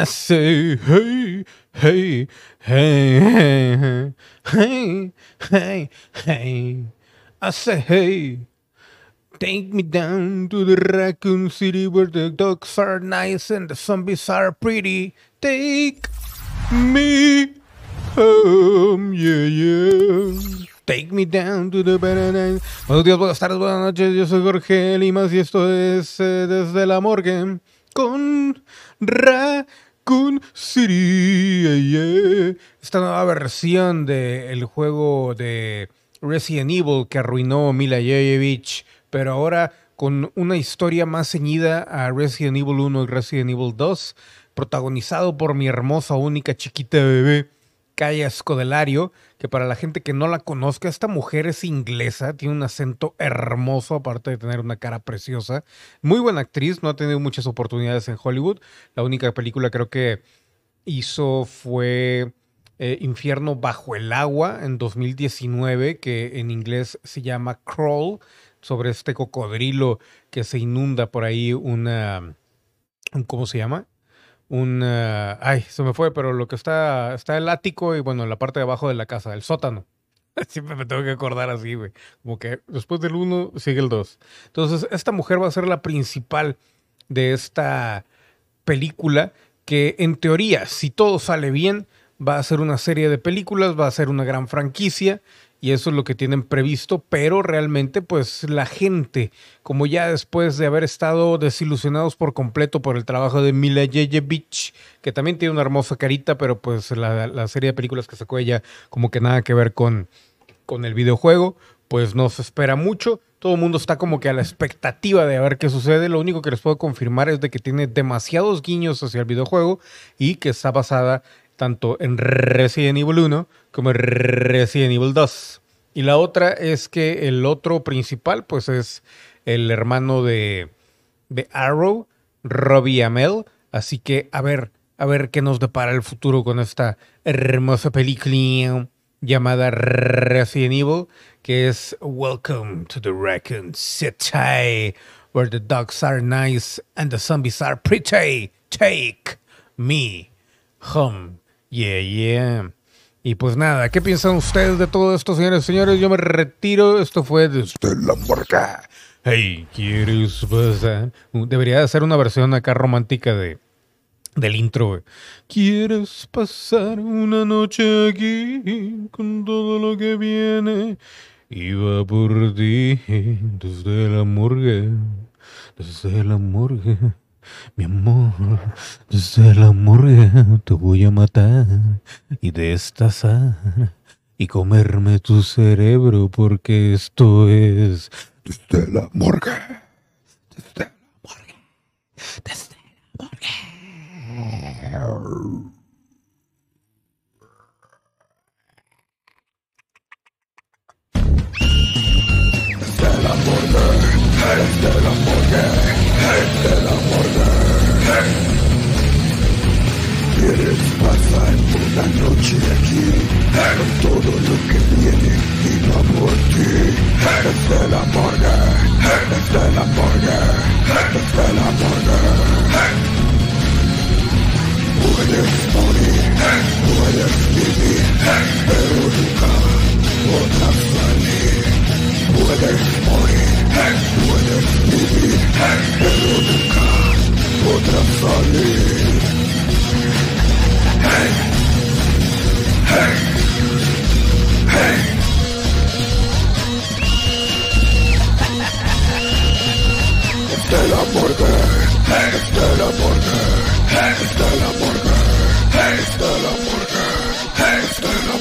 I say, hey, hey, hey, hey, hey, hey. I say, hey, take me down to the Raccoon City where the dogs are nice and the zombies are pretty. Take me home, yeah, yeah. Take me down to the banana. Buenos días, buenas tardes, buenas noches. Yo soy Jorge Limas y esto es Desde la Morgue con Raccoon City. Yeah. Esta nueva versión del juego de Resident Evil que arruinó Milla Jovovich, pero ahora con una historia más ceñida a Resident Evil 1 y Resident Evil 2, protagonizado por mi hermosa, única, chiquita bebé, Kaya Scodelario, que para la gente que no la conozca, esta mujer es inglesa, tiene un acento hermoso, aparte de tener una cara preciosa. Muy buena actriz, no ha tenido muchas oportunidades en Hollywood. La única película creo que hizo fue Infierno bajo el agua en 2019, que en inglés se llama Crawl, sobre este cocodrilo que se inunda por ahí ¿cómo se llama? Ay, se me fue, pero lo que está el ático y bueno, la parte de abajo de la casa, el sótano. Siempre me tengo que acordar así, güey. Como que después del 1 sigue el 2. Entonces, esta mujer va a ser la principal de esta película que, en teoría, si todo sale bien, va a ser una serie de películas, va a ser una gran franquicia. Y eso es lo que tienen previsto, pero realmente pues la gente, como ya después de haber estado desilusionados por completo por el trabajo de Milla Jovovich, que también tiene una hermosa carita, pero pues la serie de películas que sacó ella como que nada que ver con el videojuego, pues no se espera mucho. Todo el mundo está como que a la expectativa de ver qué sucede. Lo único que les puedo confirmar es de que tiene demasiados guiños hacia el videojuego y que está basada tanto en Resident Evil 1 como en Resident Evil 2. Y la otra es que el otro principal pues es el hermano de Arrow, Robbie Amell. Así que a ver qué nos depara el futuro con esta hermosa película llamada Resident Evil, que es Welcome to the Raccoon City, where the dogs are nice and the zombies are pretty. Take me home. Yeah, yeah. Y pues nada, ¿qué piensan ustedes de todo esto, señores y señores? Yo me retiro. Esto fue Desde la Morgue. Hey, ¿quieres pasar? Debería hacer una versión acá romántica del intro, güey. ¿Quieres pasar una noche aquí con todo lo que viene? Iba por ti desde la morgue, desde la morgue. Mi amor, desde la morgue te voy a matar y destazar y comerme tu cerebro porque esto es Desde la Morgue. Desde la morgue. Desde la morgue. Desde la morgue. Desde la morgue. Desde la morgue. ¿Quieres pasar una noche aquí con todo lo que viene y va por ti? Desde la morgue, desde la morgue, desde la morgue. Puedes morir, puedes vivir, pero nunca podrás salir. Puedes morir, puedes vivir, pero nunca podrás salir. Hey, hey, hey. Desde la morgue, desde la morgue, desde la morgue, desde la morgue, desde la morgue.